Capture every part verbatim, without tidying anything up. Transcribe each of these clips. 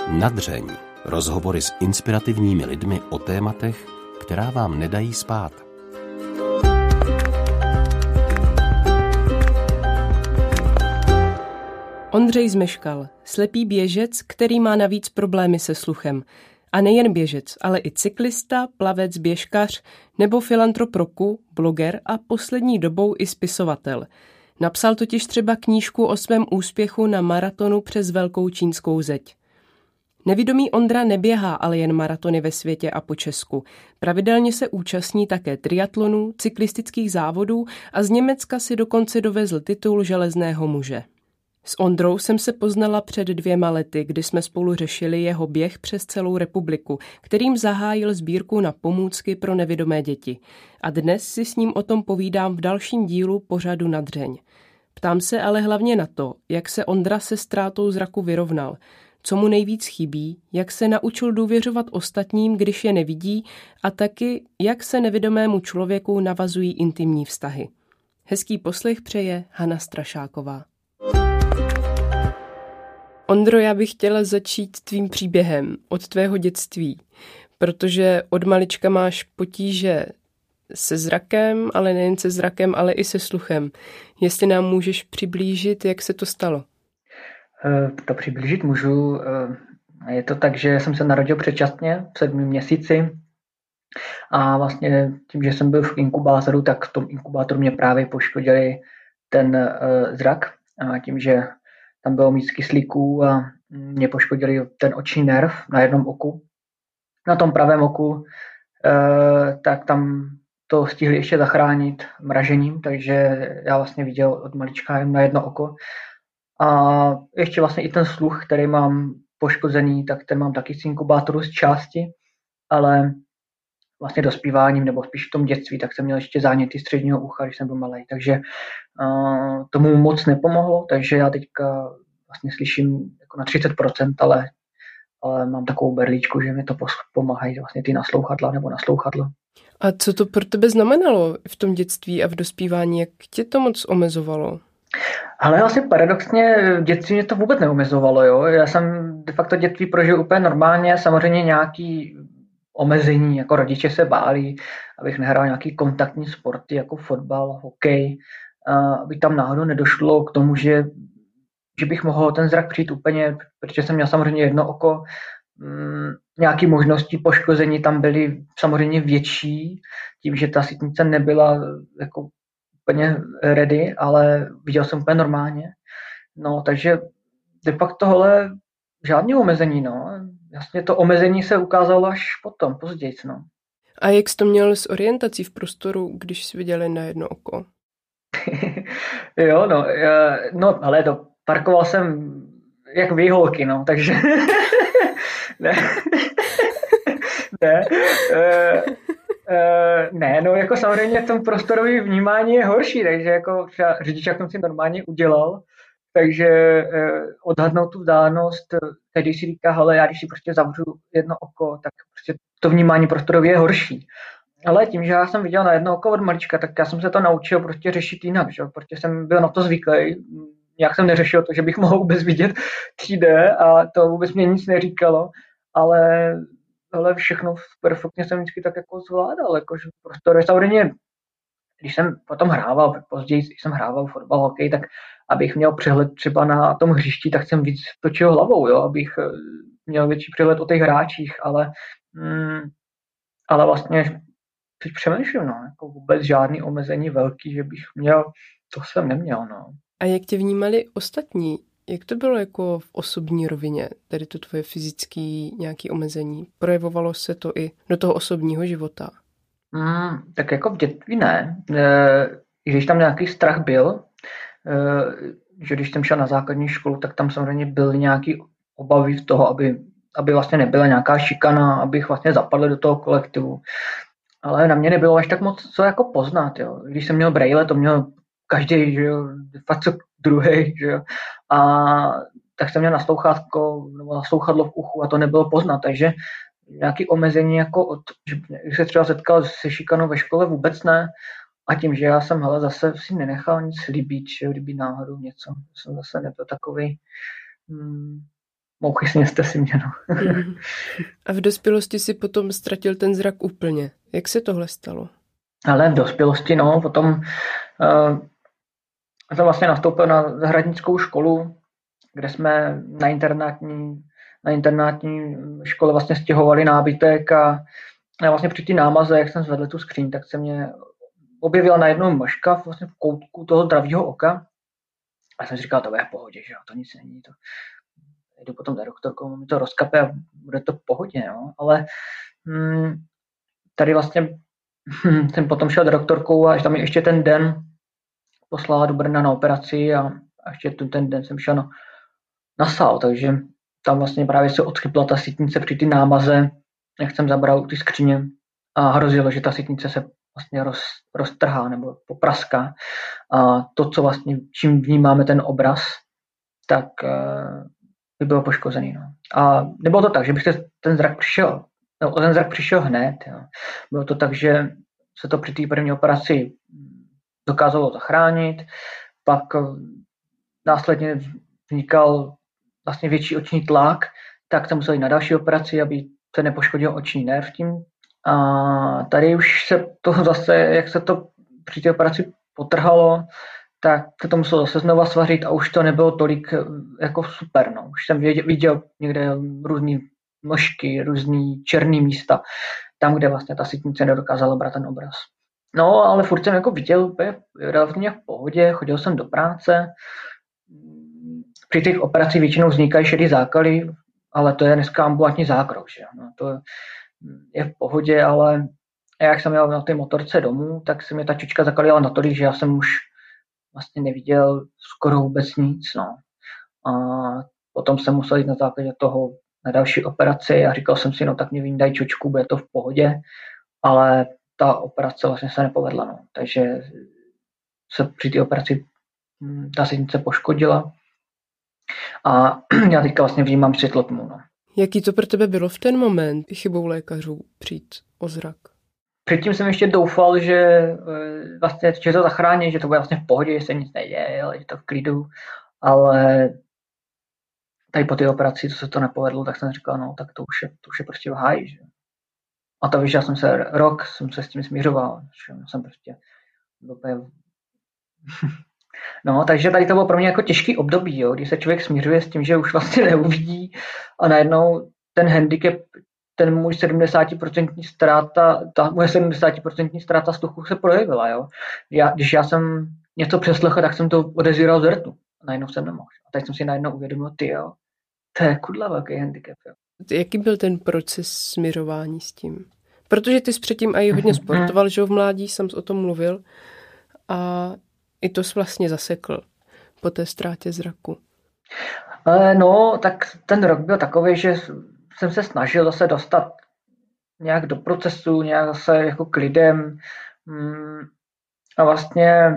Nadřeň. Rozhovory s inspirativními lidmi o tématech, která vám nedají spát. Ondřej Zmeškal, slepý běžec, který má navíc problémy se sluchem. A nejen běžec, ale i cyklista, plavec, běžkař nebo filantrop roku, bloger a poslední dobou i spisovatel. Napsal totiž třeba knížku o svém úspěchu na maratonu přes Velkou čínskou zeď. Nevidomý Ondra neběhá ale jen maratony ve světě a po Česku. Pravidelně se účastní také triatlonů, cyklistických závodů a z Německa si dokonce dovezl titul železného muže. S Ondrou jsem se poznala před dvěma lety, kdy jsme spolu řešili jeho běh přes celou republiku, kterým zahájil sbírku na pomůcky pro nevidomé děti. A dnes si s ním o tom povídám v dalším dílu pořadu Nadřeň. Ptám se ale hlavně na to, jak se Ondra se ztrátou zraku vyrovnal, co mu nejvíc chybí, jak se naučil důvěřovat ostatním, když je nevidí, a taky, jak se nevidomému člověku navazují intimní vztahy. Hezký poslech přeje Hana Strašáková. Ondro, já bych chtěla začít tvým příběhem od tvého dětství, protože od malička máš potíže se zrakem, ale nejen se zrakem, ale i se sluchem. Jestli nám můžeš přiblížit, jak se to stalo? To přiblížit můžu. Je to tak, že jsem se narodil předčasně v sedmi měsíci a vlastně tím, že jsem byl v inkubátoru, tak v tom inkubátoru mě právě poškodili ten zrak a tím, že tam bylo víc kyslíků a mě poškodili ten oční nerv na jednom oku. Na tom pravém oku, tak tam to stihli ještě zachránit mražením, takže já vlastně viděl od malička jen na jedno oko. A ještě vlastně i ten sluch, který mám poškozený, tak ten mám taky z inkubátoru z části, ale vlastně dospíváním nebo spíš v tom dětství, tak jsem měl ještě záněty středního ucha, když jsem byl malý. Takže uh, tomu moc nepomohlo, takže já teďka vlastně slyším jako na třicet procent, ale, ale mám takovou berličku, že mi to pomáhají vlastně ty naslouchadla nebo naslouchadlo. A co to pro tebe znamenalo v tom dětství a v dospívání? Jak tě to moc omezovalo? Ale vlastně paradoxně v dětství mě to vůbec neomezovalo. Jo? Já jsem de facto dětství prožil úplně normálně, samozřejmě nějaký omezení, jako rodiče se báli, abych nehrál nějaký kontaktní sporty, jako fotbal, hokej, aby tam náhodou nedošlo k tomu, že, že bych mohl ten zrak přijít úplně, protože jsem měl samozřejmě jedno oko, nějaké možnosti poškození tam byly samozřejmě větší, tím, že ta sítnice nebyla jako úplně ready, ale viděl jsem úplně normálně. No, takže de facto tohle žádné omezení, no. Jasně to omezení se ukázalo až potom, později, no. A jak jsi to měl s orientací v prostoru, když jsi viděl jen na jedno oko? Jo, no, no, ale to parkoval jsem jak výholky, no, takže ne, ne, uh, uh, ne, no, jako samozřejmě v tom prostorový vnímání je horší, takže jako třeba řidičák jsem si normálně udělal, takže eh, odhadnout tu vzdálenost, tedy si říká, hele, já když si prostě zavřu jedno oko, tak prostě to vnímání prostorově je horší. Ale tím, že já jsem viděl na jedno oko od malička, tak já jsem se to naučil prostě řešit jinak, že? Protože jsem byl na to zvyklý. Jak jsem neřešil to, že bych mohl vůbec vidět tři dé a to vůbec mě nic neříkalo, ale, ale všechno perfektně jsem vždycky tak jako zvládal, jakože prostor, samozřejmě, když jsem potom hrával, později, když jsem hrával fotbal, hokej, tak abych měl přehled třeba na tom hřišti, tak jsem víc točil hlavou, jo, abych měl větší přehled o těch hráčích, ale, mm, ale vlastně teď přemýšlím, no, jako vůbec žádný omezení velký, že bych měl, to jsem neměl, no. A jak tě vnímali ostatní? Jak to bylo jako v osobní rovině, tedy to tvoje fyzické nějaké omezení? Projevovalo se to i do toho osobního života? Mm, tak jako v dětství ne. E, když tam nějaký strach byl, e, že když jsem šel na základní školu, tak tam samozřejmě byly nějaký obavy z toho, aby, aby vlastně nebyla nějaká šikana, abych vlastně zapadl do toho kolektivu. Ale na mě nebylo až tak moc co jako poznat. Jo. Když jsem měl brejle, to měl každý, že jo, fakt co druhý, že jo. A tak jsem měl naslouchátko nebo naslouchadlo v uchu a to nebylo poznat, takže nějaké omezení, jako od, že když se třeba setkal se šikanou ve škole, vůbec ne. A tím, že já jsem hele, zase si nenechal nic líbit, že kdyby náhodou něco, jsem zase nebyl takový, hmm, mouchy, sněste si mě, no. A v dospělosti si potom ztratil ten zrak úplně. Jak se tohle stalo? Ale v dospělosti, no, potom uh, jsem vlastně nastoupil na zahradnickou školu, kde jsme na internátní, na internátní škole vlastně stěhovali nábytek a já vlastně při té námaze, jak jsem zvedl tu skříň, tak se mě objevila najednou mlžka vlastně v koutku toho zdravého oka. A jsem si říkal, to bude v pohodě, že jo, to nic není. To... Jdu potom za doktorkou, mi to rozkape a bude to v pohodě, no. Ale hm, tady vlastně hm, jsem potom šel za doktorkou a tam ještě ten den poslala do Brna na operaci a, a ještě ten, ten den jsem šel na, na sál, takže tam vlastně právě se odchypla ta sítnice při ty námaze, jak jsem zabral ty skříně a hrozilo, že ta sítnice se vlastně roz, roztrhá nebo popraská. A to, co vlastně, čím vnímáme ten obraz, tak uh, by bylo poškozený. No. A nebylo to tak, že bych ten zrak přišel, no, ten zrak přišel hned. Jo. Bylo to tak, že se to při té první operaci dokázalo zachránit, pak uh, následně vznikal vlastně větší oční tlak, tak jsem musel jít na další operaci, aby se nepoškodil oční nerv tím. A tady už se to zase, jak se to při té operaci potrhalo, tak se to muselo zase znova svařit a už to nebylo tolik jako super. No. Už jsem viděl, viděl někde různý mlžky, různý černý místa, tam, kde vlastně ta sítnice nedokázala brát ten obraz. No, ale furt jsem jako viděl úplně relativně v pohodě, chodil jsem do práce. Při těch operacích většinou vznikají šedý zákaly, ale to je dneska ambulantní zákrok, že no, to je v pohodě, ale jak jsem jel na té motorce domů, tak se mě ta čička zakalila natolik, že já jsem už vlastně neviděl skoro vůbec nic, no. A potom jsem musel jít na základě toho na další operaci a říkal jsem si, no tak mě vyndají čočku, bude to v pohodě, ale ta operace vlastně se nepovedla, no. Takže se při té operaci ta sítnice poškodila a já teďka vlastně vnímám světlo tmu, no. Jaký to pro tebe bylo v ten moment chybou lékařů přijít o zrak? Předtím jsem ještě doufal, že vlastně že to zachrání, že to bude vlastně v pohodě, že se nic neděje, ale že to v klidu, ale tady po té operaci, co se to nepovedlo, tak jsem říkal, no tak to už je, to už je prostě v háji, že? A to víš, já jsem se rok jsem se s tím smířoval, že jsem prostě úplně... No, takže tady to bylo pro mě jako těžký období, jo, kdy se člověk smířuje s tím, že už vlastně neuvidí a najednou ten handicap, ten můj sedmdesátiprocentní ztráta, ta moje sedmdesátiprocentní ztráta sluchu se projevila, jo. Já, když já jsem něco přeslechl, tak jsem to odezíral z rtu. A najednou jsem nemohl. A teď jsem si najednou uvědomil, ty jo, to je kudla velký handicap, jo. Jaký byl ten proces směřování s tím? Protože ty jsi předtím i hodně sportoval, že v mládí jsem o tom mluvil a i to jsi vlastně zasekl po té ztrátě zraku. No, tak ten rok byl takový, že jsem se snažil zase dostat nějak do procesu, nějak zase jako k lidem. A vlastně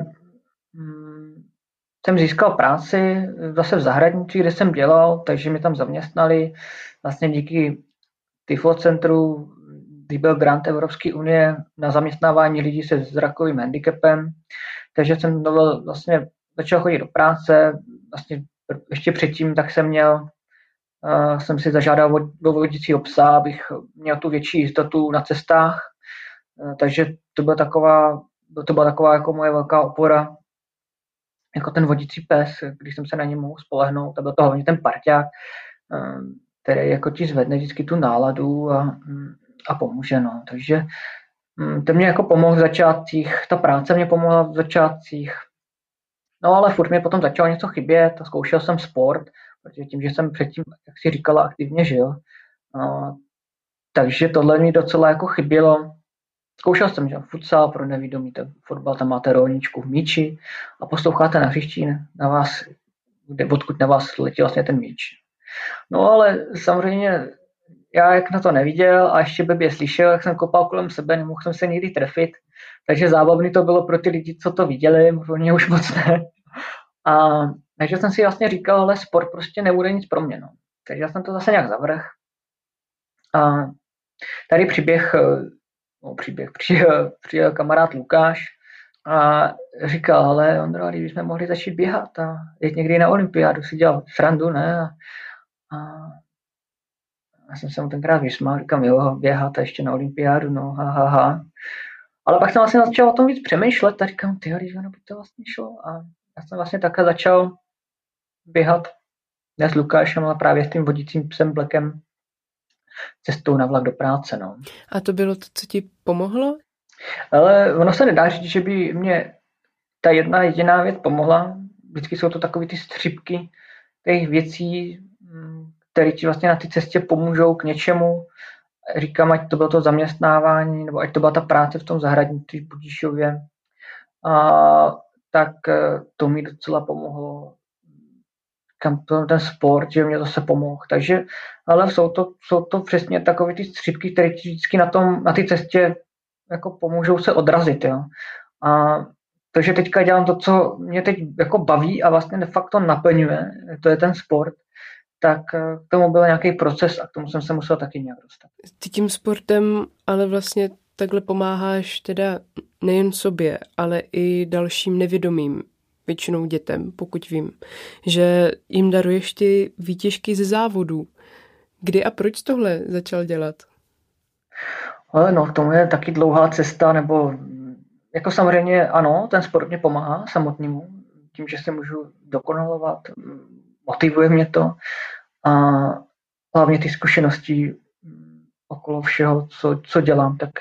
jsem získal práci zase v zahradnictví, kde jsem dělal, takže mi tam zaměstnali. Vlastně díky Tiflo centru, kdy byl grant Evropské unie na zaměstnávání lidí se zrakovým handicapem. Takže jsem vlastně začal chodit do práce. Vlastně ještě předtím tak jsem měl, uh, jsem si zažádal o vodícího psa, abych měl tu větší jistotu na cestách. Uh, takže to byla taková, to byla taková jako moje velká opora, jako ten vodící pes, když jsem se na něj mohl spolehnout. To byl to hlavně ten parťák, uh, který jako ti zvedne vždycky tu náladu a, a pomůže. No. Takže to mě jako pomohl v začátcích, ta práce mě pomohla v začátcích. No ale furt mě potom začalo něco chybět a zkoušel jsem sport, protože tím, že jsem předtím, jak si říkala, aktivně žil. No, takže tohle mi docela jako chybělo. Zkoušel jsem, že futsal pro nevědomí, ten fotbal, tam máte rolničku v míči a posloucháte na hřišti na vás, kde, odkud na vás letí vlastně ten míč. No ale samozřejmě já jak na to neviděl a ještě blbě slyšel, jak jsem kopal kolem sebe, nemohl jsem se nikdy trefit, takže zábavný to bylo pro ty lidi, co to viděli, pro mě už moc ne. A takže jsem si vlastně říkal, ale sport prostě nebude nic pro mě. No. Takže já jsem to zase nějak zavrhl. A tady příběh, no příběh, přijel, přijel kamarád Lukáš a říkal, ale Ondro, když jsme mohli začít běhat a jít někdy na olympiádu, si dělal srandu, ne? A já jsem se mu tenkrát vysmál, říkám, jo, běhat a ještě na olympiádu, no, ha, ha, ha. Ale pak jsem vlastně začal o tom víc přemýšlet a říkám, tyjo, no, by to vlastně šlo. A já jsem vlastně takhle začal běhat ne s Lukášem, ale právě s tím vodícím psem Blackem cestou na vlak do práce. No. A to bylo to, co ti pomohlo? Ale ono se nedá říct, že by mě ta jedna jediná věc pomohla. Vždycky jsou to takové ty střípky těch věcí, které ti vlastně na té cestě pomůžou k něčemu. Říkám, ať to bylo to zaměstnávání, nebo ať to byla ta práce v tom zahradnictví v Budišově. A tak to mi docela pomohlo. Ten sport, že mě zase pomohl. Takže, ale jsou to, jsou to přesně takové ty střípky, které ti vždycky na tom, na té cestě jako pomůžou se odrazit. Jo. A to, že teďka dělám to, co mě teď jako baví a vlastně de facto naplňuje, to je ten sport, tak k tomu byl nějaký proces a k tomu jsem se musel taky nějak dostat. Ty tím sportem ale vlastně takhle pomáháš teda nejen sobě, ale i dalším nevědomým, většinou dětem, pokud vím, že jim daruješ ty výtěžky ze závodů. Kdy a proč tohle začal dělat? Ale no, k tomu je taky dlouhá cesta, nebo jako samozřejmě ano, ten sport mě pomáhá samotnému, tím, že se můžu dokonalovat, motivuje mě to a hlavně ty zkušenosti okolo všeho, co, co dělám, tak,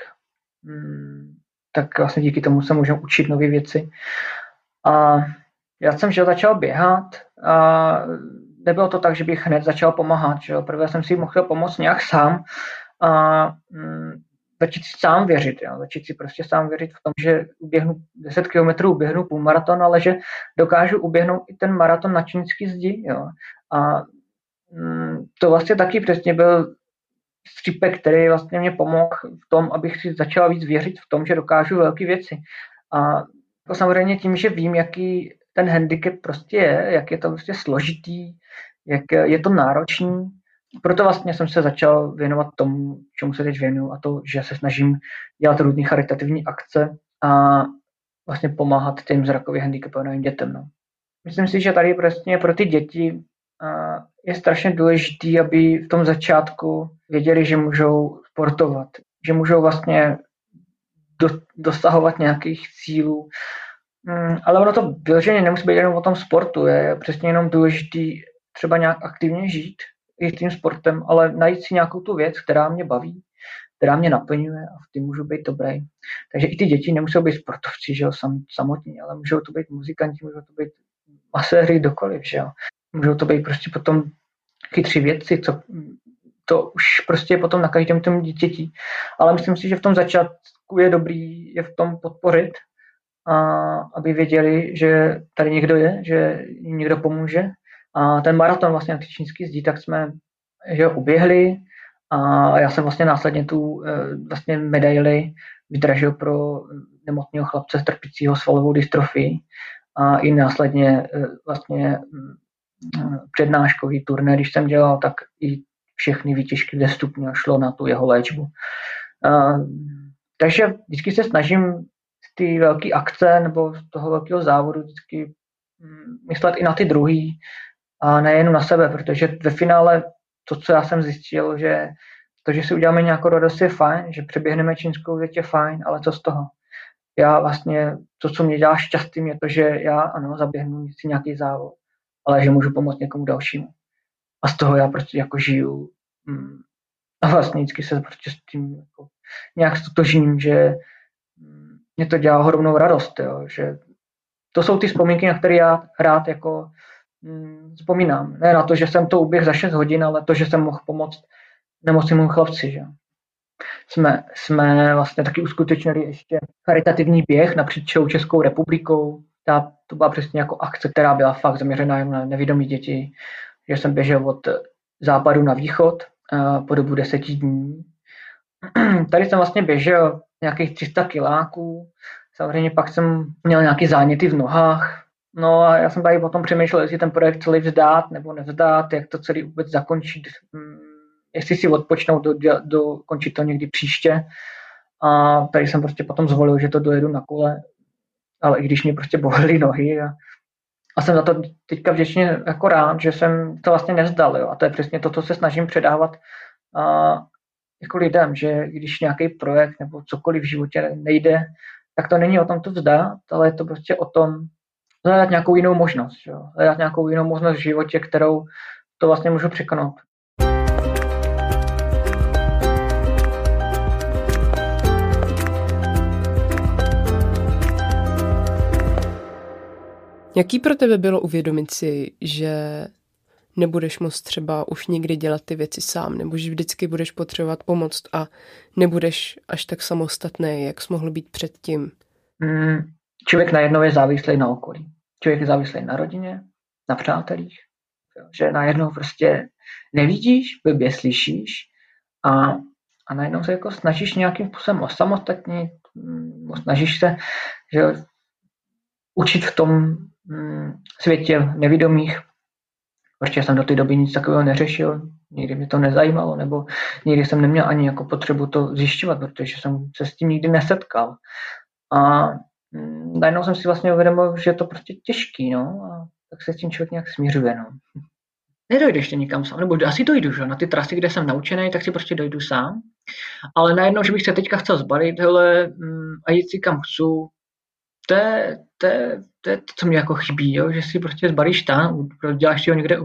tak vlastně díky tomu se můžu učit nové věci. A já jsem že začal běhat a nebylo to tak, že bych hned začal pomáhat. Že? Prvé jsem si mohl pomoct nějak sám a mm, začít si sám věřit. Jo? Začít si prostě sám věřit v tom, že uběhnu deset kilometrů, uběhnu půlmaraton, ale že dokážu uběhnout i ten maraton na čínský zdi. Jo? A mm, to vlastně taky přesně byl střípek, který vlastně mě pomohl v tom, abych si začal víc věřit v tom, že dokážu velké věci. A to samozřejmě tím, že vím, jaký ten handicap prostě je, jak je to prostě složitý, jak je to náročný. Proto vlastně jsem se začal věnovat tomu, čemu se teď věnuju, a to, že se snažím dělat různé charitativní akce a vlastně pomáhat těm zrakově handicapovaným dětem. No. Myslím si, že tady prostě pro ty děti je strašně důležité, aby v tom začátku věděli, že můžou sportovat, že můžou vlastně do, dosahovat nějakých cílů. Hmm, ale ono to vyloženě nemusí být jenom o tom sportu, je přesně jenom důležitý třeba nějak aktivně žít i tím sportem, ale najít si nějakou tu věc, která mě baví, která mě naplňuje a v tím můžu být dobrý. Takže i ty děti nemusí být sportovci, že jo, sam, samotní, ale můžou to být muzikanti, můžou to být maséři, kdokoliv, že jo. Můžou to být prostě potom chytří vědci, co to už prostě je potom na každém tomu dítěti. Ale myslím si, že v tom začátku je dobrý je v tom podpořit, a aby věděli, že tady někdo je, že jim někdo pomůže. A ten maraton vlastně na ty čínský zdi, tak jsme že uběhli a já jsem vlastně následně tu vlastně medaili vydražil pro nemocného chlapce s trpícího svalovou dystrofii a i následně vlastně přednáškový turné, když jsem dělal, tak i všechny výtěžky ze stupně šlo na tu jeho léčbu. Takže vždycky se snažím z ty velké akce nebo z toho velkého závodu vždycky myslet i na ty druhý a nejen na sebe, protože ve finále to, co já jsem zjistil, že to, že si uděláme nějakou radost, je fajn, že přeběhneme čínskou věc, je fajn, ale co z toho? Já vlastně, to, co mě dělá šťastným, je to, že já ano, zaběhnu si nějaký závod, ale že můžu pomoct někomu dalšímu. A z toho já prostě jako žiju. A vlastně vždycky se prostě s tím jako nějak stotožním, že mě to dělá ohromnou radost, jo, že to jsou ty vzpomínky, na které já rád jako mm, vzpomínám. Ne na to, že jsem to uběh za šest hodin, ale to, že jsem mohl pomoct nemocnému chlapci. Že? Jsme, jsme vlastně taky uskutečnili ještě charitativní běh napříč Českou republikou. Ta, to byla přesně jako akce, která byla fakt zaměřená jen na nevědomí děti. Že jsem běžel od západu na východ uh, po dobu deseti dní. Tady jsem vlastně běžel nějakých tři sta kiláků. Samozřejmě pak jsem měl nějaké záněty v nohách. No a já jsem tady potom přemýšlel, jestli ten projekt celý vzdát nebo nevzdát, jak to celý vůbec zakončit, jestli si odpočnout, do, dokončit to někdy příště. A tady jsem prostě potom zvolil, že to dojedu na kole, ale i když mě prostě bolely nohy a a jsem za to teďka vděčně jako rád, že jsem to vlastně nevzdal, jo. A to je přesně to, co se snažím předávat a, jako lidem, že když nějaký projekt nebo cokoliv v životě nejde, tak to není o tom to vzdát, ale je to prostě o tom hledat nějakou jinou možnost, jo. Hledat nějakou jinou možnost v životě, kterou to vlastně můžu překonout. Jaký pro tebe bylo uvědomit si, že nebudeš moct třeba už nikdy dělat ty věci sám, nebo že vždycky budeš potřebovat pomoc a nebudeš až tak samostatný, jak jsi mohl být předtím? Hmm, člověk najednou je závislý na okolí. Člověk je závislý na rodině, na přátelích. Že najednou prostě nevidíš, blbě slyšíš a, a najednou se jako snažíš nějakým způsobem osamostatnit, snažíš se že, učit v tom mm, světě nevidomých, protože jsem do té doby nic takového neřešil, nikdy mě to nezajímalo, nebo nikdy jsem neměl ani jako potřebu to zjišťovat, protože jsem se s tím nikdy nesetkal. A mm, najednou jsem si vlastně uvědomil, že je to prostě těžký, no, a tak se s tím člověk nějak smířuje, no. Nedojdu ještě nikam sám, nebo asi dojdu, že? Na ty trasy, kde jsem naučený, tak si prostě dojdu sám. Ale najednou, že bych se teďka chtěl zbalit, hele, mm, a jít si kam chci, to je, to, je, to je to, co mi jako chybí, jo? Že si prostě zbalíš tam, děláš si ho někde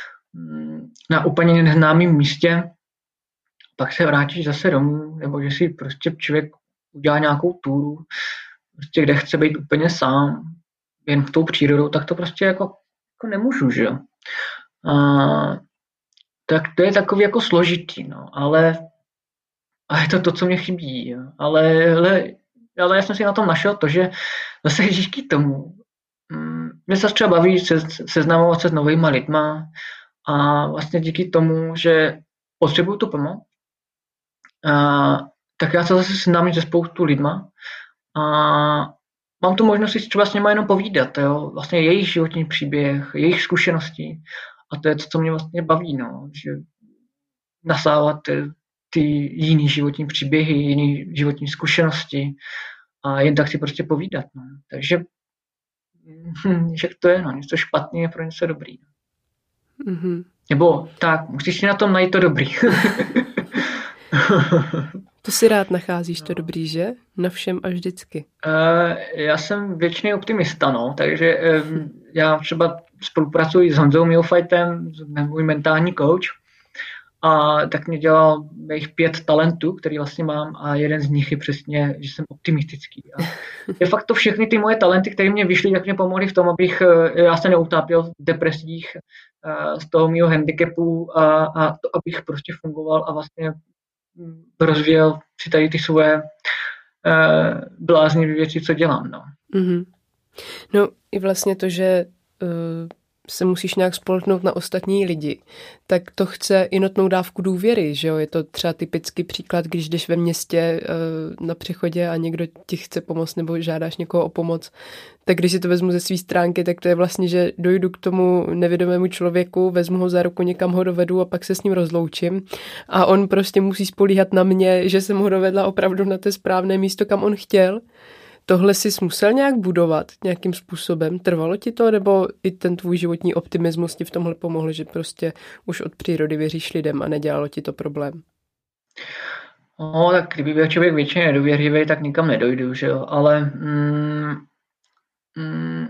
na úplně neznámém místě, pak se vrátíš zase domů, nebo že si prostě člověk udělá nějakou túru, prostě kde chce být úplně sám, jen v tou přírodou, tak to prostě jako, jako nemůžu, že jo. A, tak to je takový jako složitý, no, ale a je to to, co mě chybí, jo. Ale, ale, ale já jsem si na tom našel to, že zase díky tomu mm, mě se třeba baví se, seznamovat se s novýma lidma a vlastně díky tomu, že potřebuju tu pomoc, a, tak já se zase seznámím se spoustu lidma a mám tu možnost si třeba s nimi jenom povídat, jo, vlastně jejich životní příběh, jejich zkušenosti. A to je to, co mě vlastně baví, no, že nasávat ty, ty jiný životní příběhy, jiný životní zkušenosti a jen tak si prostě povídat, no. Takže že to je, no, něco špatný je pro něco dobrý. Mm-hmm. Nebo tak, musíš si na tom najít to dobrý. To si rád nacházíš, to dobrý, že? Na všem a vždycky. Uh, já jsem věčný optimista, no, takže um, já třeba spolupracuji s Honzou Milfightem, můj mentální coach, a tak mě dělal mých pět talentů, který vlastně mám a jeden z nich je přesně, že jsem optimistický. A de facto všechny ty moje talenty, které mě vyšly, tak mě pomohly v tom, abych já se neutápěl v depresích z toho mého handicapu a, a to, abych prostě fungoval a vlastně rozvíjel si tady ty svoje uh, bláznivé věci, co dělám. No. Mm-hmm. No i vlastně to, že uh, se musíš nějak spolknout na ostatní lidi, tak to chce i notnou dávku důvěry, že jo? Je to třeba typický příklad, když jdeš ve městě uh, na přechodě a někdo ti chce pomoct nebo žádáš někoho o pomoc, tak když si to vezmu ze své stránky, tak to je vlastně, že dojdu k tomu nevědomému člověku, vezmu ho za ruku, někam ho dovedu a pak se s ním rozloučím a on prostě musí spolíhat na mě, že jsem ho dovedla opravdu na to správné místo, kam on chtěl. Tohle jsi musel nějak budovat nějakým způsobem? Trvalo ti to, nebo i ten tvůj životní optimismus ti v tomhle pomohl, že prostě už od přírody věříš lidem a nedělalo ti to problém? No, tak kdyby byl člověk většině nedůvěřivý, tak nikam nedojdu, že jo, ale mm, mm,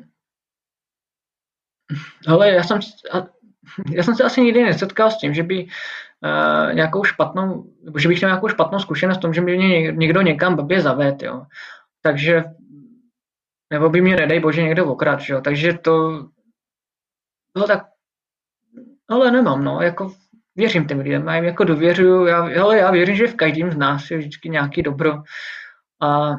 ale já jsem, já jsem se asi nikdy nesetkal s tím, že by uh, nějakou špatnou, nebo že bych měl nějakou špatnou zkušenost v tom, že by mě někdo někam blbě zaved, jo. Takže, nebo by mě, nedej bože, někdo okradl, jo. Takže to, no tak, ale nemám, no, jako věřím těm lidem, já jim jako důvěřuju, já, hele, já věřím, že v každém z nás je vždycky nějaký dobro a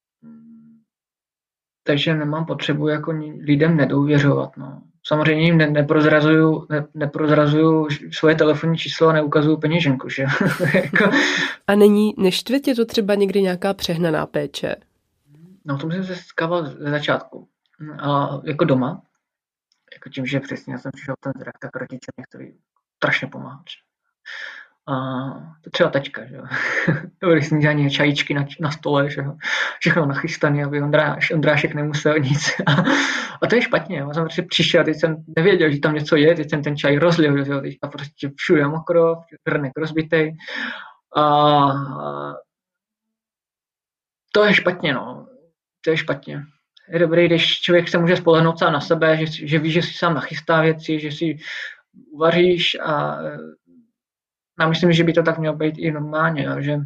takže nemám potřebu jako lidem nedůvěřovat, no. Samozřejmě jim ne, neprozrazuju, ne, neprozrazuju svoje telefonní číslo a neukazuju peněženku, že? A není, neštve tě to třeba někdy nějaká přehnaná péče? No, tomu jsem se setkával ze začátku. A jako doma, jako tím, že přesně já jsem přišel ten zrak, tak rodiče mě chtěli strašně pomáhat. A to třeba tačka, že jo. Dobrý snídaně, čajíčky na, na stole, že jo. Všechno nachystané, aby Ondráš, Ondrášek nemusel nic. A, a to je špatně, jo. Já jsem prostě přišel, teď jsem nevěděl, že tam něco je, teď jsem ten čaj rozlil, že jo. Teďka prostě všude mokro, hrnek rozbitej. A to je špatně, no. To je špatně. Je dobrý, když člověk se může spolehnout sám na sebe, že, že ví, že si sám nachystá věci, že si uvaříš a já myslím, že by to tak mělo být i normálně, že,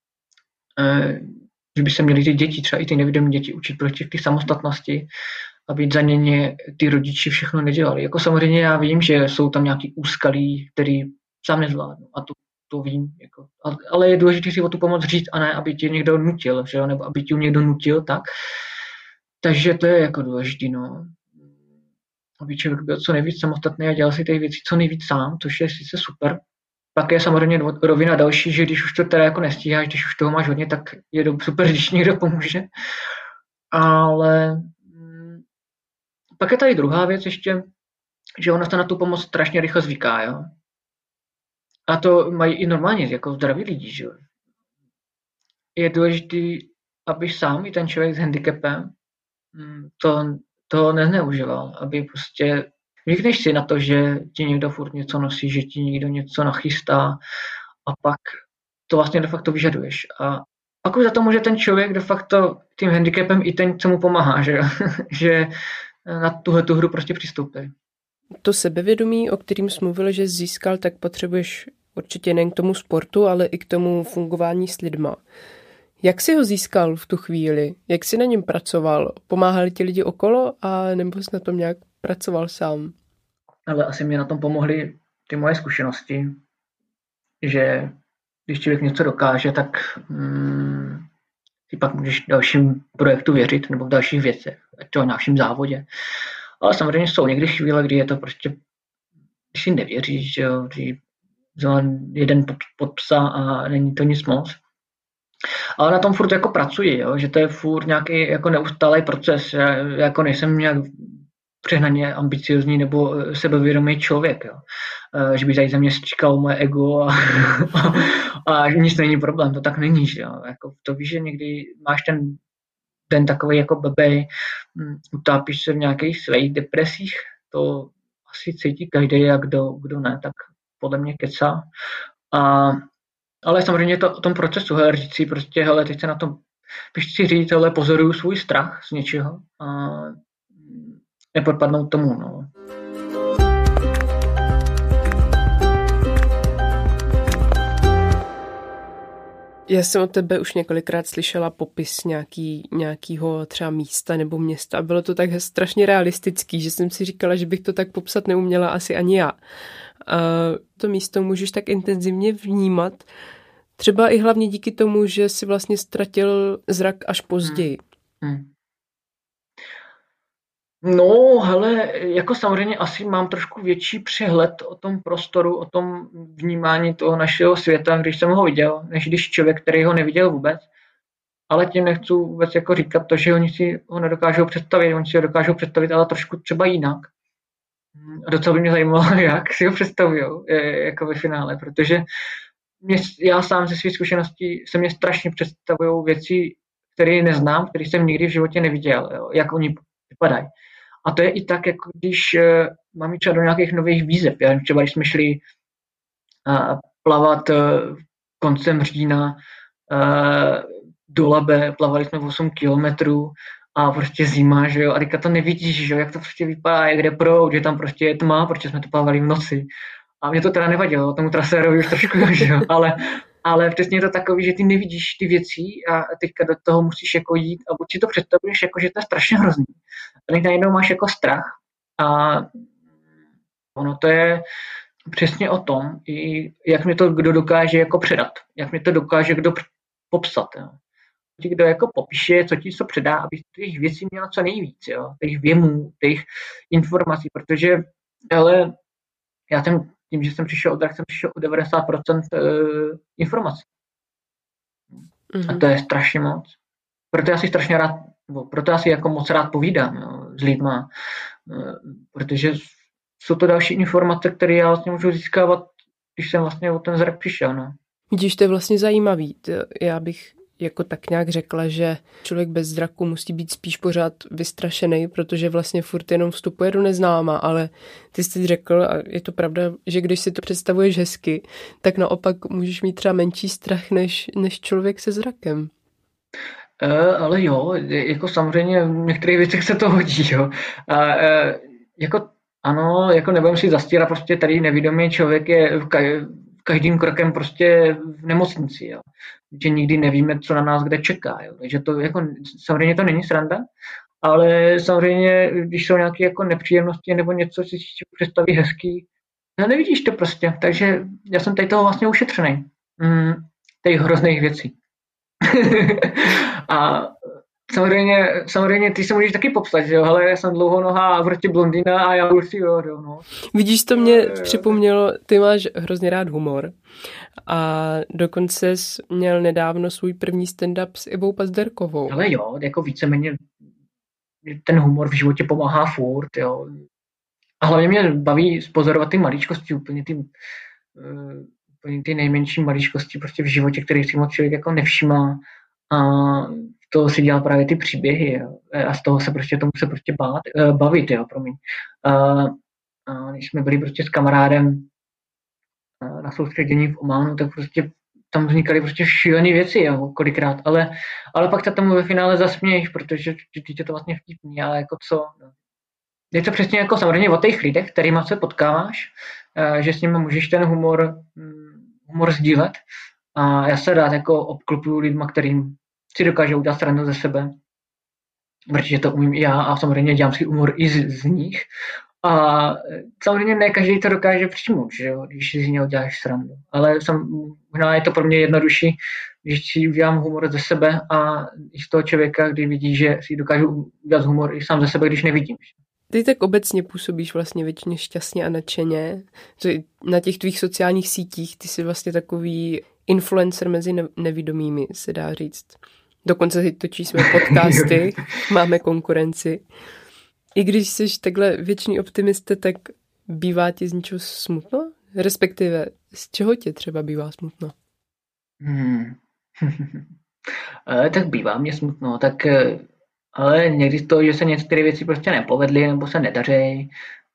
že by se měly ty děti, třeba i ty nevědomé děti, učit prostě k té samostatnosti, aby za ně ty rodiči všechno nedělali. Jako samozřejmě já vím, že jsou tam nějaký úskalí, který sám nezvládnu a to, to vím. Jako. Ale je důležité si o tu pomoc říct a ne, aby tě někdo nutil, že jo? Nebo aby tě někdo nutil, tak. Takže to je jako důležité, no. Aby člověk byl co nejvíc samostatný a dělal si ty věci co nejvíc sám, což je sice super. Pak je samozřejmě rovina další, že když už to teda jako nestíháš, když už toho máš hodně, tak je super, když někdo pomůže. Ale pak je tady druhá věc ještě, že ona se na tu pomoc strašně rychle zvyká, jo. A to mají i normálně, jako zdraví lidi, že jo. Je důležitý, aby sám i ten člověk s handicapem to, to nezneužíval, aby prostě zvykneš si na to, že ti někdo furt něco nosí, že ti někdo něco nachystá a pak to vlastně de facto vyžaduješ. A pak už za to může ten člověk de facto tím handicapem i ten, co mu pomáhá, že, že na tuhle tu hru prostě přistoupí. To sebevědomí, o kterým jsi mluvil, že získal, tak potřebuješ určitě nejen k tomu sportu, ale i k tomu fungování s lidma. Jak jsi ho získal v tu chvíli? Jak jsi na něm pracoval? Pomáhali ti lidi okolo a nebo jsi na tom nějak pracoval sám? Ale asi mě na tom pomohly ty moje zkušenosti, že když člověk něco dokáže, tak hmm, ty pak můžeš dalším projektu věřit nebo v dalších věcech, ať to v našem závodě. Ale samozřejmě jsou někdy chvíle, kdy je to prostě, když si nevěříš, že jo, když jeden pod, pod psa a není to nic moc. Ale na tom furt jako pracuji, jo, že to je furt nějaký jako neustálý proces. Já jako nejsem nějak přehnaně ambiciozní nebo sebevědomý člověk, jo. Že by tady ze mě stříkalo moje ego a, a, a nic není problém, to tak není, že jo. Jako to víš, že někdy máš ten den takový jako blbej, utápíš se v nějakých svých depresích, to asi cítí každý, jak kdo, kdo ne, tak podle mě kecá. A ale samozřejmě to o tom procesu, hele, říct si prostě, hele, teď se na tom, když si říct, hele, pozoruju svůj strach z něčeho a nepodpadnout tomu, no. Já jsem od tebe už několikrát slyšela popis nějaký, nějakýho třeba místa nebo města a bylo to tak strašně realistický, že jsem si říkala, že bych to tak popsat neuměla asi ani já. A to místo můžeš tak intenzivně vnímat, třeba i hlavně díky tomu, že si vlastně ztratil zrak až později. Hmm. Hmm. No, hele, jako samozřejmě asi mám trošku větší přehled o tom prostoru, o tom vnímání toho našeho světa, když jsem ho viděl, než když člověk, který ho neviděl vůbec. Ale tím nechci vůbec jako říkat to, že oni si ho nedokážou představit, oni si ho dokážou představit, ale trošku třeba jinak. A docela by mě zajímalo, jak si ho představují jako ve finále, protože mě, já sám ze svých zkušeností se mě strašně představují věci, které neznám, které jsem nikdy v životě neviděl, jo, jak oni vypadají. A to je i tak, jako když uh, mám třeba do nějakých nových výzev. Já, třeba když jsme šli uh, plavat uh, koncem října uh, do Labe, plavali jsme osm kilometrů a prostě zima, že jo, a teďka to nevidíš, že jo, jak to prostě vypadá, jak jde proud, že tam prostě je tma, protože jsme to plavali v noci. A mě to teda nevadilo, tomu trasérovi už trošku, že jo, ale, ale přesně je to takový, že ty nevidíš ty věci a teďka do toho musíš jako jít a buď si to představuješ jako, že to je strašně hrozný. A teď najednou máš jako strach a ono to je přesně o tom, i jak mi to kdo dokáže jako předat, jak mi to dokáže kdo popsat, jo. Kdo jako popíše, co ti co předá, aby těch věcí měla co nejvíc, jo, těch věmů, těch informací, protože, ale já jsem tím, že jsem přišel od rak, jsem přišel o devadesát procent uh, informací. Mm-hmm. A to je strašně moc. Proto já si strašně rád, nebo proto já si jako moc rád povídám, jo, s lidma, uh, protože jsou to další informace, které já vlastně můžu získávat když jsem vlastně o ten zrak přišel, no. Vidíš, to je vlastně zajímavý. Já bych jako tak nějak řekla, že člověk bez zraku musí být spíš pořád vystrašený, protože vlastně furt jenom vstupuje do neznáma, ale ty jsi řekl, a je to pravda, že když si to představuješ hezky, tak naopak můžeš mít třeba menší strach než, než člověk se zrakem. Uh, ale jo, jako samozřejmě v některých věcech se to hodí, jo. Uh, uh, jako ano, jako nebudem si zastírat, prostě tady nevědomý člověk je v, ka- v každým krokem prostě v nemocnici, jo. Že nikdy nevíme, co na nás kde čeká, jo. Takže to jako, samozřejmě to není sranda, ale samozřejmě, když jsou nějaké jako nepříjemnosti nebo něco, si představí hezký, no nevidíš to prostě, takže já jsem tady toho vlastně ušetřený. Mm, těch hrozných věcí. A samozřejmě, samozřejmě ty se můžeš taky popsat, že jo, ale já jsem dlouhonohá a vrtě blondýna a já už si jo, no. Vidíš, to mě připomnělo, ty máš hrozně rád humor a dokonce jsi měl nedávno svůj první stand-up s Ivou Pazderkovou. Ale jo, jako víceméně ten humor v životě pomáhá furt, jo. A hlavně mě baví spozorovat ty maličkosti, úplně ty, uh, úplně ty nejmenší maličkosti prostě v životě, kterých si moc člověk jako nevšímá. A to si dělal právě ty příběhy, jo. A z toho se prostě tomu se prostě bát, uh, bavit, jo, promiň. Uh, a když jsme byli prostě s kamarádem uh, na soustředění v Ománu, tak prostě tam vznikaly prostě šílené věci, jo, kolikrát, ale, ale pak se tomu ve finále zasměješ, protože je to vlastně vtipný, ale jako co, no. Je to přesně jako samozřejmě o těch lidech, kterýma se potkáváš, uh, že s nimi můžeš ten humor, um, humor sdílet. A já se rád jako obklopuju lidma, kterým si dokážou udělat srandu ze sebe, protože to umím i já a samozřejmě dělám si humor i z, z nich. A samozřejmě ne každý to dokáže přijmout, že jo, když si z něho děláš srandu. Ale sam, možná je to pro mě jednodušší, když si udělám humor ze sebe a i z toho člověka, kdy vidí, že si dokážu udělat humor i sám ze sebe, když nevidím. Ty tak obecně působíš vlastně většině šťastně a nadšeně. Na těch tvých sociálních sítích ty jsi vlastně takový influencer mezi nevidomými, se dá říct. Dokonce si točí své podcasty, máme konkurenci. I když jsi takhle věčný optimista, tak bývá ti z něčeho smutno? Respektive, z čeho tě třeba bývá smutno? Hmm. Tak bývá mě smutno, tak ale někdy to, že se některé věci prostě nepovedly nebo se nedaří.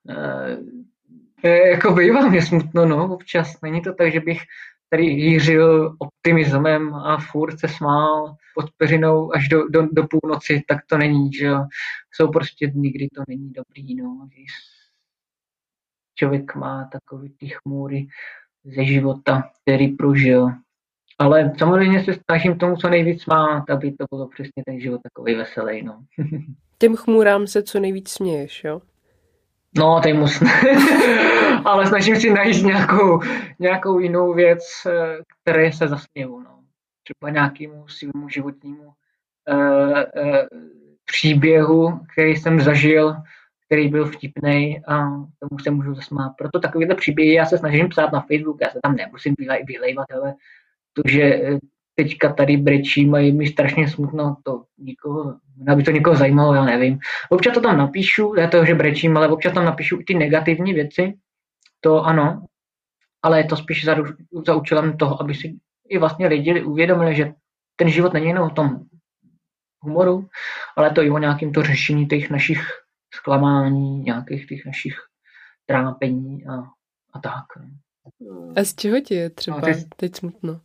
E, jako bývá mě smutno, no, občas. Není to tak, že bych tady jířil optimismem a furt se smál pod peřinou až do, do, do půlnoci, tak to není, že jo. Jsou prostě dny, kdy to není dobrý, no. Když člověk má takový ty chmůry ze života, který prožil. Ale samozřejmě se snažím tomu co nejvíc smát, aby to bylo přesně ten život takový veselý, no. Těm chmůrám se co nejvíc směješ, jo? No, tady musím. Ale snažím si najít nějakou, nějakou jinou věc, které se zasměju, no. Třeba nějakému svému životnímu uh, uh, příběhu, který jsem zažil, který byl vtipnej a tomu se můžu zasmát. Proto takovýhle příběhy já se snažím psát na Facebook, já se tam nemusím vylejvat, ale to, že teďka tady brečím a je mi strašně smutno, to nikoho, aby to někoho zajímalo, já nevím. Občas to tam napíšu, já to, že brečím, ale občas tam napíšu i ty negativní věci, to ano, ale je to spíš za, za účelem toho, aby si i vlastně lidi uvědomili, že ten život není jenom o tom humoru, ale to i o nějakým to řešení těch našich zklamání, nějakých těch našich trápení a, a tak. A z čeho ti je třeba no, teď... teď smutno?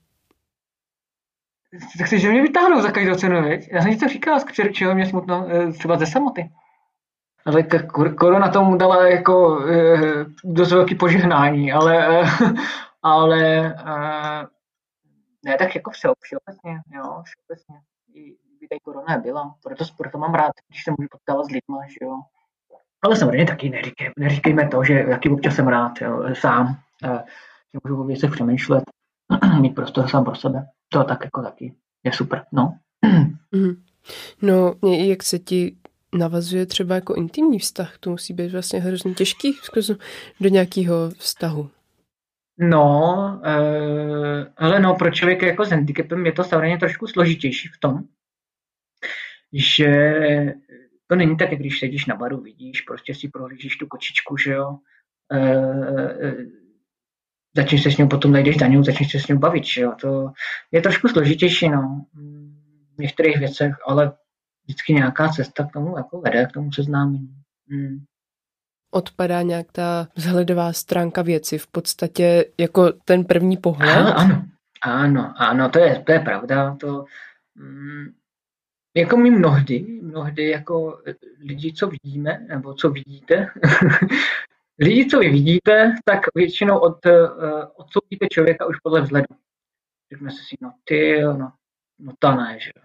Tak chceš, že mě vytáhnou za každou cenu, viď? Já jsem ti to říkal, z čeho mě smutno, třeba ze samoty. Ale korona tomu dala jako e, dost velký požehnání, ale, e, ale e, ne, tak jako všeobecně, jo, všeobecně. I by tady korona byla, proto, proto mám rád, když se můžu potkávat s lidma, že jo. Ale samozřejmě taky neříkej, neříkejme to, že jaký občas jsem rád, jo, sám, e, že můžu o věcech přemýšlet, mít prostor sám pro sebe. To tak jako taky je super, no. Mm. No, jak se ti navazuje třeba jako intimní vztah? To musí být vlastně hrozně těžký do nějakého vztahu. No, e, ale no, pro člověka jako s handicapem je to samozřejmě trošku složitější v tom, že to není tak, jak když sedíš na baru, vidíš, prostě si prohlížíš tu kočičku, že jo. E, e, začneš se s ním potom najdeš daňu, začneš se s ním bavit, že jo. To je trošku složitější, no, v některých věcech, ale vždycky nějaká cesta k tomu jako vede, k tomu seznámení. Hmm. Odpadá nějak ta vzhledová stránka věci, v podstatě jako ten první pohled? Ano, ano, ano, ano, to je, to je pravda. To, mm, jako my mnohdy, mnohdy jako lidi, co vidíme, nebo co vidíte, lidi, co vy vidíte, tak většinou od, uh, odsoudíte člověka už podle vzhledu. Řekne se si, no ty, no, no ta ne, že jo.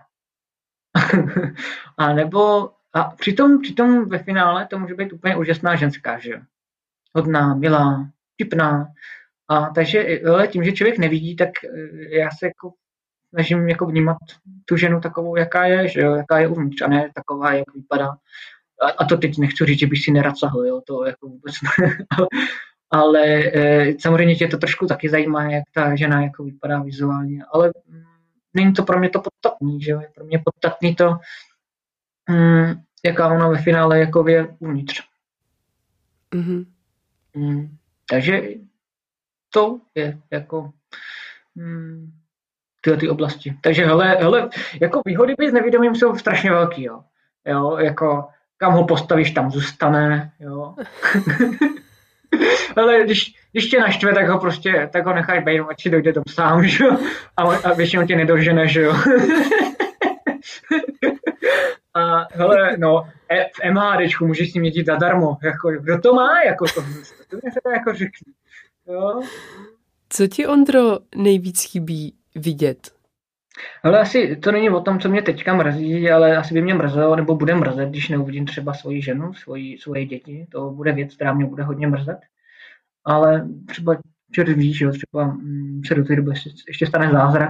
A nebo, a přitom, přitom ve finále to může být úplně úžasná ženská, že jo. Hodná, milá, vtipná. A takže ale tím, že člověk nevidí, tak já se jako snažím jako vnímat tu ženu takovou, jaká je, že jo, jaká je uvnitř, a ne taková, jak vypadá. A, a to teď nechci říct, že bych si nerad sahl, jo, to jako vůbec ne. Ale e, samozřejmě tě to trošku taky zajímá, jak ta žena jako vypadá vizuálně, ale mm, není to pro mě to podstatný, že jo, je pro mě podstatný to, mm, jaká ona ve finále jako je uvnitř. Mm-hmm. Mm, takže to je jako mm, tyhle ty oblasti. Takže hele, hele, jako výhody být s nevědomým jsou strašně velký, jo. Jo, jako kam ho postavíš, tam zůstane, jo. Ale když, když tě naštve, tak ho prostě, tak ho necháš bejt, ať si dojde tam sám, že jo. A, a většinou tě nedožene, že jo. A hele, no, v MHDčku můžeš s ním jezdit zadarmo, jako, kdo to má, jako to, to mě se jako řekne, jo. Co ti, Ondro, nejvíc chybí vidět? Ale asi to není o tom, co mě teďka mrzí, ale asi by mě mrzelo, nebo bude mrzet, když neuvidím třeba svoji ženu, svoji, svoje děti. To bude věc, která mě bude hodně mrzet. Ale třeba čert ví, že jo, třeba mm, se do té doby ještě, ještě stane zázrak.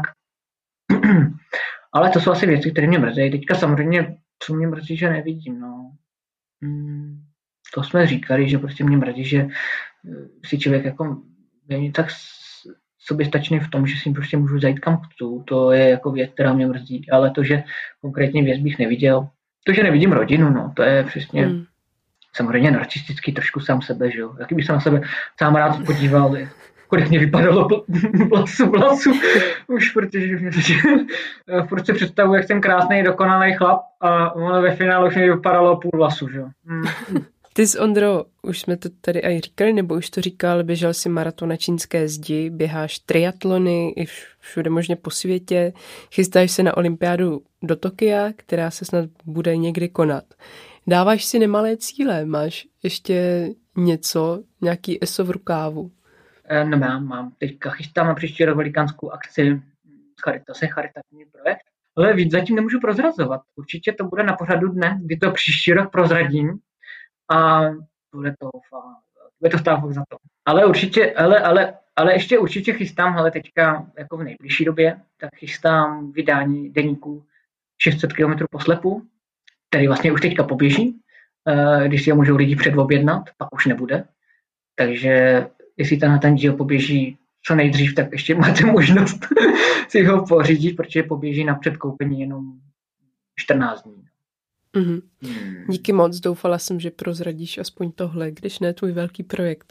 Ale to jsou asi věci, které mě mrzí. Teďka samozřejmě, co mě mrzí, že nevidím, no. Mm, to jsme říkali, že prostě mě mrzí, že si člověk jako není tak soběstačný v tom, že si prostě můžu zajít kam chci. To je jako věc, která mě mrzí. Ale to, že konkrétně věc bych neviděl, to, že nevidím rodinu, no, to je přesně hmm. samozřejmě narcistický trošku sám sebe, že jo. Jaký bych se na sebe sám rád podíval, kolik mě vypadalo vlasu, vlasu, už protože mě furt si představuji, jak jsem krásný, dokonalý chlap a ono ve finále už mě vypadalo půl vlasu, že jo. Hmm. Ty s Ondro, už jsme to tady aj říkali, nebo už to říkal, běžel si maraton na čínské zdi, běháš triatlony i všude možně po světě, chystáš se na olympiádu do Tokia, která se snad bude někdy konat. Dáváš si nemalé cíle, máš ještě něco, nějaký eso v rukávu? No mám, mám. Teďka chystám na příští rok velikánskou akci Charitas, je charitativní projekt, ale víc zatím nemůžu prozrazovat. Určitě to bude na pořadu dne, kdy to příští rok prozradím. A bude to, bude to stát za to. Ale určitě, ale, ale, ale ještě určitě chystám, ale teďka jako v nejbližší době, tak chystám vydání deníku šest set kilometrů po slepu, který vlastně už teďka poběží, když si ho můžou lidi předobjednat, pak už nebude. Takže jestli tenhle ten díl poběží co nejdřív, tak ještě máte možnost si ho pořídit, protože poběží na předkoupení jenom čtrnáct dní. Mm-hmm. Hmm. Díky moc, doufala jsem, že prozradíš aspoň tohle, když ne tvůj velký projekt.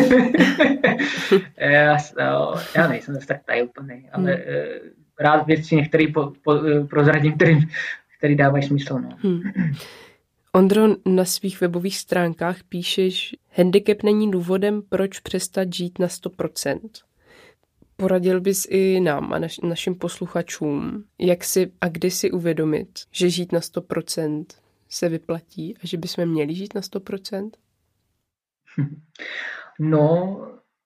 já, no, já nejsem tak tajuplný, ale hmm. rád věci některý po, po, prozradím, který, který dávají smysl. No. Hmm. Ondro, na svých webových stránkách píšeš, handicap není důvodem, proč přestat žít na sto procent. Poradil bys i nám a naš, našim posluchačům, jak si a kdy si uvědomit, že žít na sto procent se vyplatí a že bychom měli žít na sto procent? No,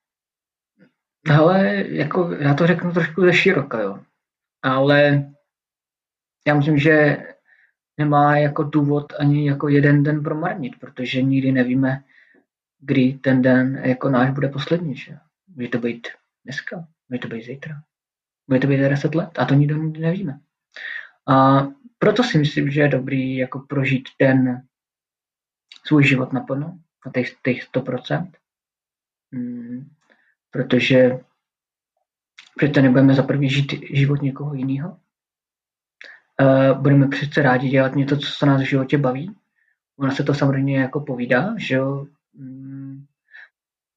ale jako já to řeknu trošku ze široka, jo. Ale já myslím, že nemá jako důvod ani jako jeden den promarnit, protože nikdy nevíme, kdy ten den jako náš bude poslední, že? Může to být dneska, může to být zítra, může to být deset let a to nikdo nikdy nevíme. A proto si myslím, že je dobrý jako prožít ten svůj život naplno, na těch, těch sto procent, hmm, protože přece nebudeme za první žít život někoho jiného. Uh, budeme přece rádi dělat něco, co se nás v životě baví. Ona se to samozřejmě jako povídá, že jo.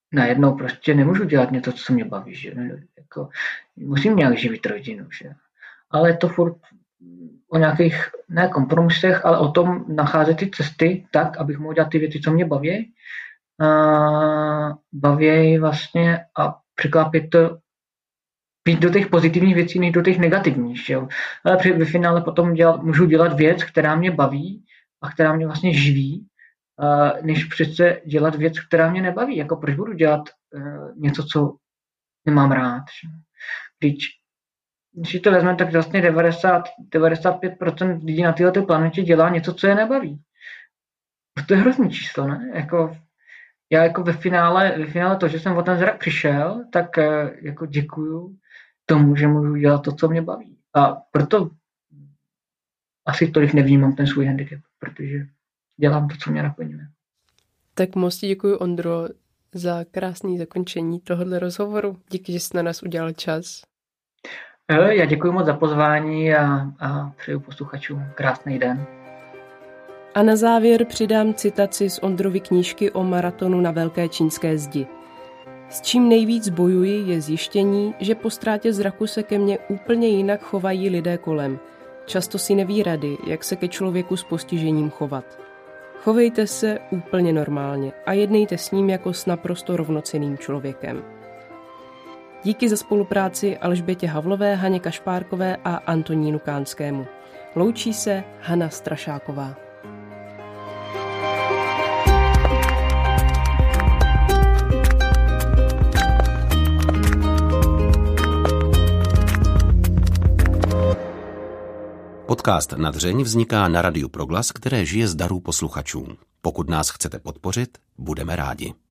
najednou prostě nemůžu dělat něco, co mě baví, že? Jako, musím nějak živit rodinu, že? Ale je to furt o nějakých, ne kompromisech, ale o tom nacházet ty cesty tak, abych mohl dělat ty věci, co mě baví. Uh, baví vlastně a překlápit to víc do těch pozitivních věcí, než do těch negativních. Jo? Ale při, ve finále potom dělat, můžu dělat věc, která mě baví a která mě vlastně živí, uh, než přece dělat věc, která mě nebaví. Jako proč budu dělat uh, něco, co nemám rád. Že? Když, když to vezmeme, tak vlastně devadesát až devadesát pět procent lidí na této planetě dělá něco, co je nebaví. To je hrozný číslo, ne? Jako, já jako ve finále, ve finále to, že jsem o ten zrak přišel, tak jako děkuju tomu, že můžu dělat to, co mě baví. A proto asi tolik nevnímám ten svůj handicap, protože dělám to, co mě naplňuje. Tak moc ti děkuju, Ondro, za krásné zakončení tohohle rozhovoru. Díky, že jsi na nás udělal čas. Já děkuji moc za pozvání a, a přeju posluchačům krásný den. A na závěr přidám citaci z Ondrovy knížky o maratonu na Velké čínské zdi. S čím nejvíc bojuji je zjištění, že po ztrátě zraku se ke mně úplně jinak chovají lidé kolem. Často si neví rady, jak se ke člověku s postižením chovat. Chovejte se úplně normálně a jednejte s ním jako s naprosto rovnocenným člověkem. Díky za spolupráci Alžbětě Havlové, Haně Kašpárkové a Antonínu Kánskému. Loučí se Hana Strašáková. Podcast Nadřeň vzniká na Radiu Proglas, které žije z darů posluchačů. Pokud nás chcete podpořit, budeme rádi.